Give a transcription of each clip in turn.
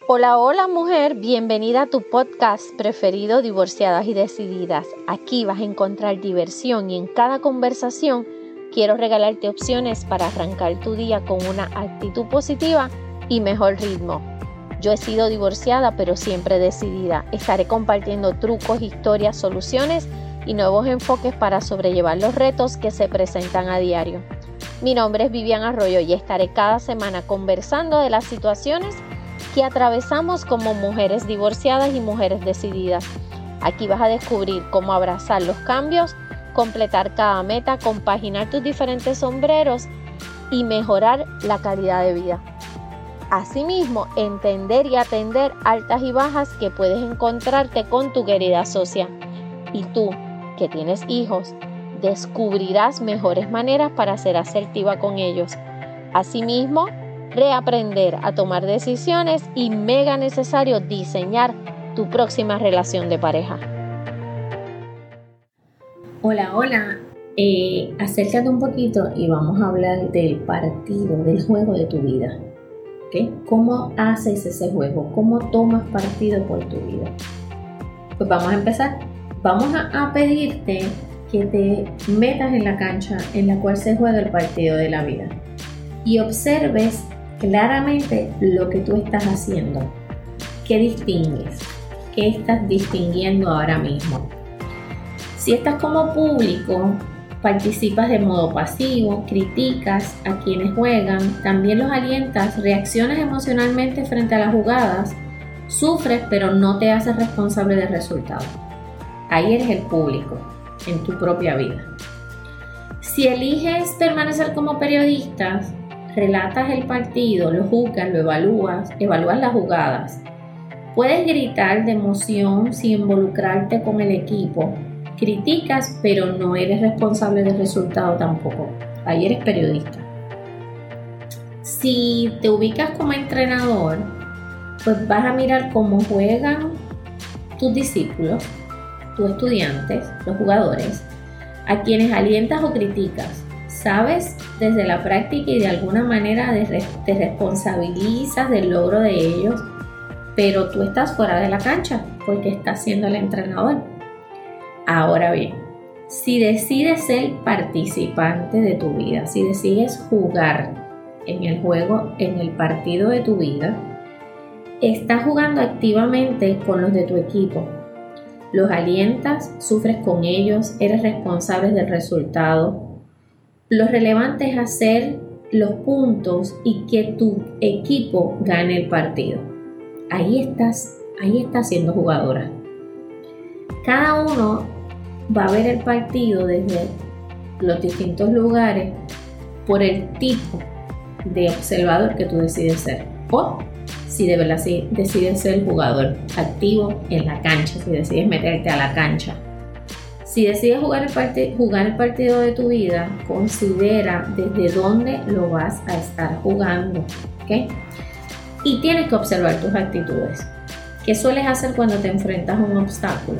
Hola, hola mujer, bienvenida a tu podcast preferido, Divorciadas y Decididas. Aquí vas a encontrar diversión y en cada conversación quiero regalarte opciones para arrancar tu día con una actitud positiva y mejor ritmo. Yo he sido divorciada, pero siempre decidida. Estaré compartiendo trucos, historias, soluciones y nuevos enfoques para sobrellevar los retos que se presentan a diario. Mi nombre es Vivian Arroyo y estaré cada semana conversando de las situaciones que atravesamos como mujeres divorciadas y mujeres decididas. Aquí vas a descubrir cómo abrazar los cambios, completar cada meta, compaginar tus diferentes sombreros y mejorar la calidad de vida. Asimismo, entender y atender altas y bajas que puedes encontrarte con tu querida socia. Y tú, que tienes hijos, descubrirás mejores maneras para ser asertiva con ellos. Asimismo, reaprender a tomar decisiones y mega necesario diseñar tu próxima relación de pareja. Hola, acércate un poquito y vamos a hablar del partido, del juego de tu vida. ¿Okay? ¿Cómo haces ese juego? ¿Cómo tomas partido por tu vida? Pues vamos a empezar. Vamos a pedirte que te metas en la cancha en la cual se juega el partido de la vida y observes claramente lo que tú estás haciendo. ¿Qué distingues? ¿Qué estás distinguiendo ahora mismo? Si estás como público, participas de modo pasivo, criticas a quienes juegan, también los alientas, reaccionas emocionalmente frente a las jugadas, sufres pero no te haces responsable del resultado. Ahí eres el público, en tu propia vida. Si eliges permanecer como periodista, relatas el partido, lo juzgas, lo evalúas las jugadas. Puedes gritar de emoción sin involucrarte con el equipo. Criticas, pero no eres responsable del resultado tampoco. Ahí eres periodista. Si te ubicas como entrenador, pues vas a mirar cómo juegan tus discípulos, tus estudiantes, los jugadores, a quienes alientas o criticas. Sabes desde la práctica y de alguna manera te responsabilizas del logro de ellos, pero tú estás fuera de la cancha porque estás siendo el entrenador. Ahora bien, si decides ser participante de tu vida, si decides jugar en el juego, en el partido de tu vida, estás jugando activamente con los de tu equipo. Los alientas, sufres con ellos, eres responsable del resultado. Lo relevante es hacer los puntos y que tu equipo gane el partido. Ahí estás siendo jugadora. Cada uno va a ver el partido desde los distintos lugares por el tipo de observador que tú decides ser. O si de verdad decides ser el jugador activo en la cancha, si decides meterte a la cancha. Si decides jugar el partido de tu vida, considera desde dónde lo vas a estar jugando, ¿ok? Y tienes que observar tus actitudes. ¿Qué sueles hacer cuando te enfrentas a un obstáculo?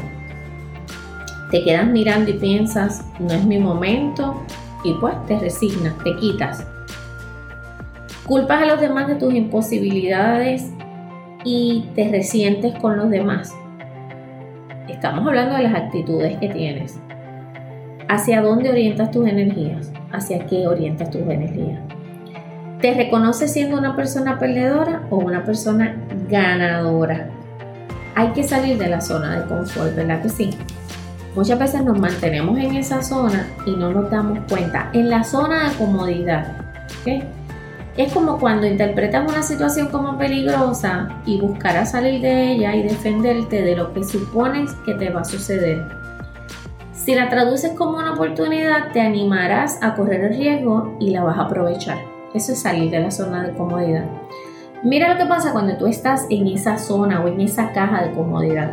Te quedas mirando y piensas, no es mi momento, y pues te resignas, te quitas. Culpas a los demás de tus imposibilidades y te resientes con los demás. Estamos hablando de las actitudes que tienes. ¿Hacia dónde orientas tus energías? ¿Hacia qué orientas tus energías? ¿Te reconoces siendo una persona perdedora o una persona ganadora? Hay que salir de la zona de confort, ¿verdad que sí? Muchas veces nos mantenemos en esa zona y no nos damos cuenta. En la zona de comodidad, ¿ok? Es como cuando interpretas una situación como peligrosa y buscarás salir de ella y defenderte de lo que supones que te va a suceder. Si la traduces como una oportunidad, te animarás a correr el riesgo y la vas a aprovechar. Eso es salir de la zona de comodidad. Mira lo que pasa cuando tú estás en esa zona o en esa caja de comodidad.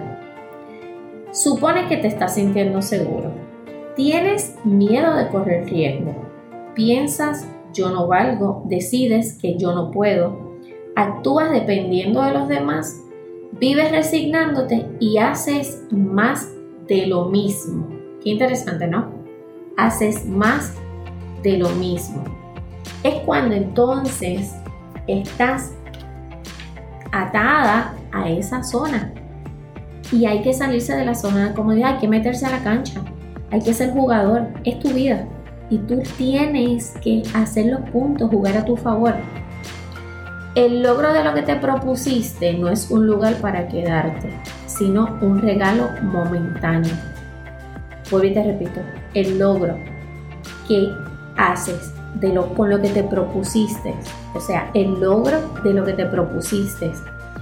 Supone que te estás sintiendo seguro. Tienes miedo de correr riesgo. Piensas, yo no valgo, decides que yo no puedo, actúas dependiendo de los demás, vives resignándote y haces más de lo mismo. Qué interesante, ¿no? Haces más de lo mismo. Es cuando entonces estás atada a esa zona. Y hay que salirse de la zona de comodidad, hay que meterse a la cancha, hay que ser jugador, es tu vida. Y tú tienes que hacer los puntos, jugar a tu favor. El logro de lo que te propusiste no es un lugar para quedarte, sino un regalo momentáneo. Vuelvo y te repito, el logro que haces con lo que te propusiste, o sea, el logro de lo que te propusiste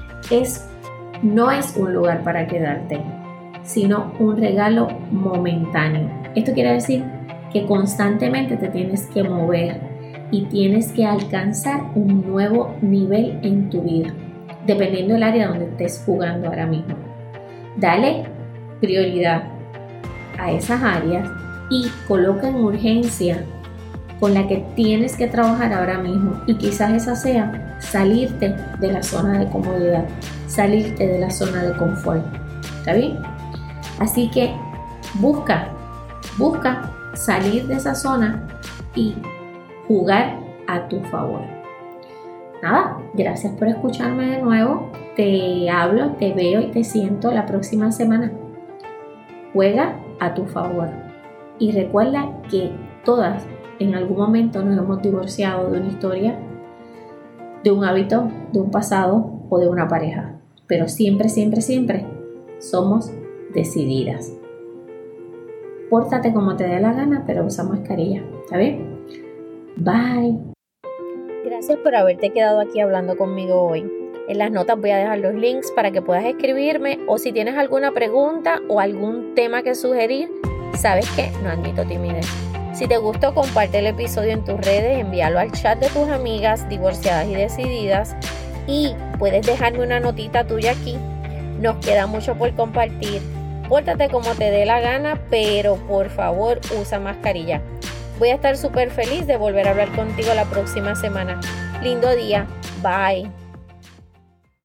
no es un lugar para quedarte, sino un regalo momentáneo. Esto quiere decir que constantemente te tienes que mover y tienes que alcanzar un nuevo nivel en tu vida, dependiendo del área donde estés jugando ahora mismo. Dale prioridad a esas áreas y coloca en urgencia con la que tienes que trabajar ahora mismo, y quizás esa sea salirte de la zona de comodidad, salirte de la zona de confort. ¿Está bien? Así que busca salir de esa zona y jugar a tu favor. Nada, gracias por escucharme de nuevo. Te hablo, te veo y te siento la próxima semana. Juega a tu favor. Y recuerda que todas en algún momento nos hemos divorciado de una historia, de un hábito, de un pasado o de una pareja. Pero siempre, siempre, siempre somos decididas. Pórtate como te dé la gana, pero usa mascarilla. ¿Está bien? Bye. Gracias por haberte quedado aquí hablando conmigo hoy. En las notas voy a dejar los links para que puedas escribirme, o si tienes alguna pregunta o algún tema que sugerir, sabes que no admito timidez. Si te gustó, comparte el episodio en tus redes, envíalo al chat de tus amigas divorciadas y decididas, y puedes dejarme una notita tuya aquí. Nos queda mucho por compartir. Pórtate como te dé la gana, pero por favor usa mascarilla. Voy a estar súper feliz de volver a hablar contigo la próxima semana. Lindo día. Bye.